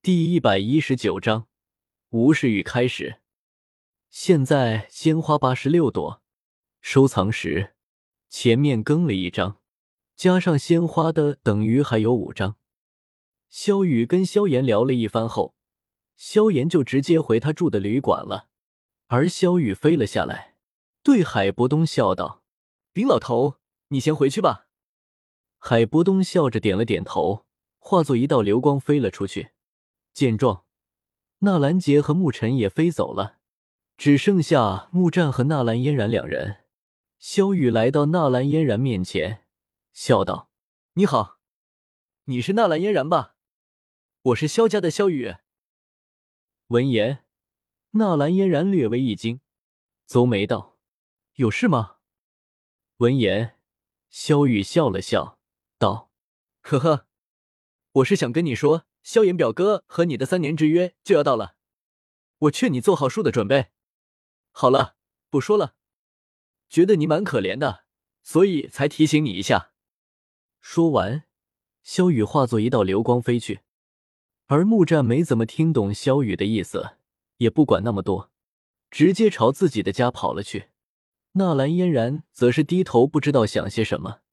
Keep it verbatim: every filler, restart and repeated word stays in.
第一百一十九章无事雨开始。现在鲜花八十六朵，收藏时前面更了一张，加上鲜花的等于还有五张。萧雨跟萧炎聊了一番后，萧炎就直接回他住的旅馆了，而萧雨飞了下来，对海伯东笑道：冰老头，你先回去吧。海伯东笑着点了点头，化作一道流光飞了出去。见状，纳兰杰和沐尘也飞走了，只剩下木战和纳兰嫣然两人。萧雨来到纳兰嫣然面前，笑道：你好，你是纳兰嫣然吧？我是萧家的萧雨。闻言，纳兰嫣然略微一惊，皱眉道：有事吗？闻言，萧雨笑了笑道：呵呵，我是想跟你说，萧炎表哥和你的三年之约就要到了，我劝你做好输的准备。好了，不说了，觉得你蛮可怜的，所以才提醒你一下。说完，萧雨化作一道流光飞去，而木战没怎么听懂萧雨的意思，也不管那么多，直接朝自己的家跑了去。纳兰嫣然则是低头不知道想些什么。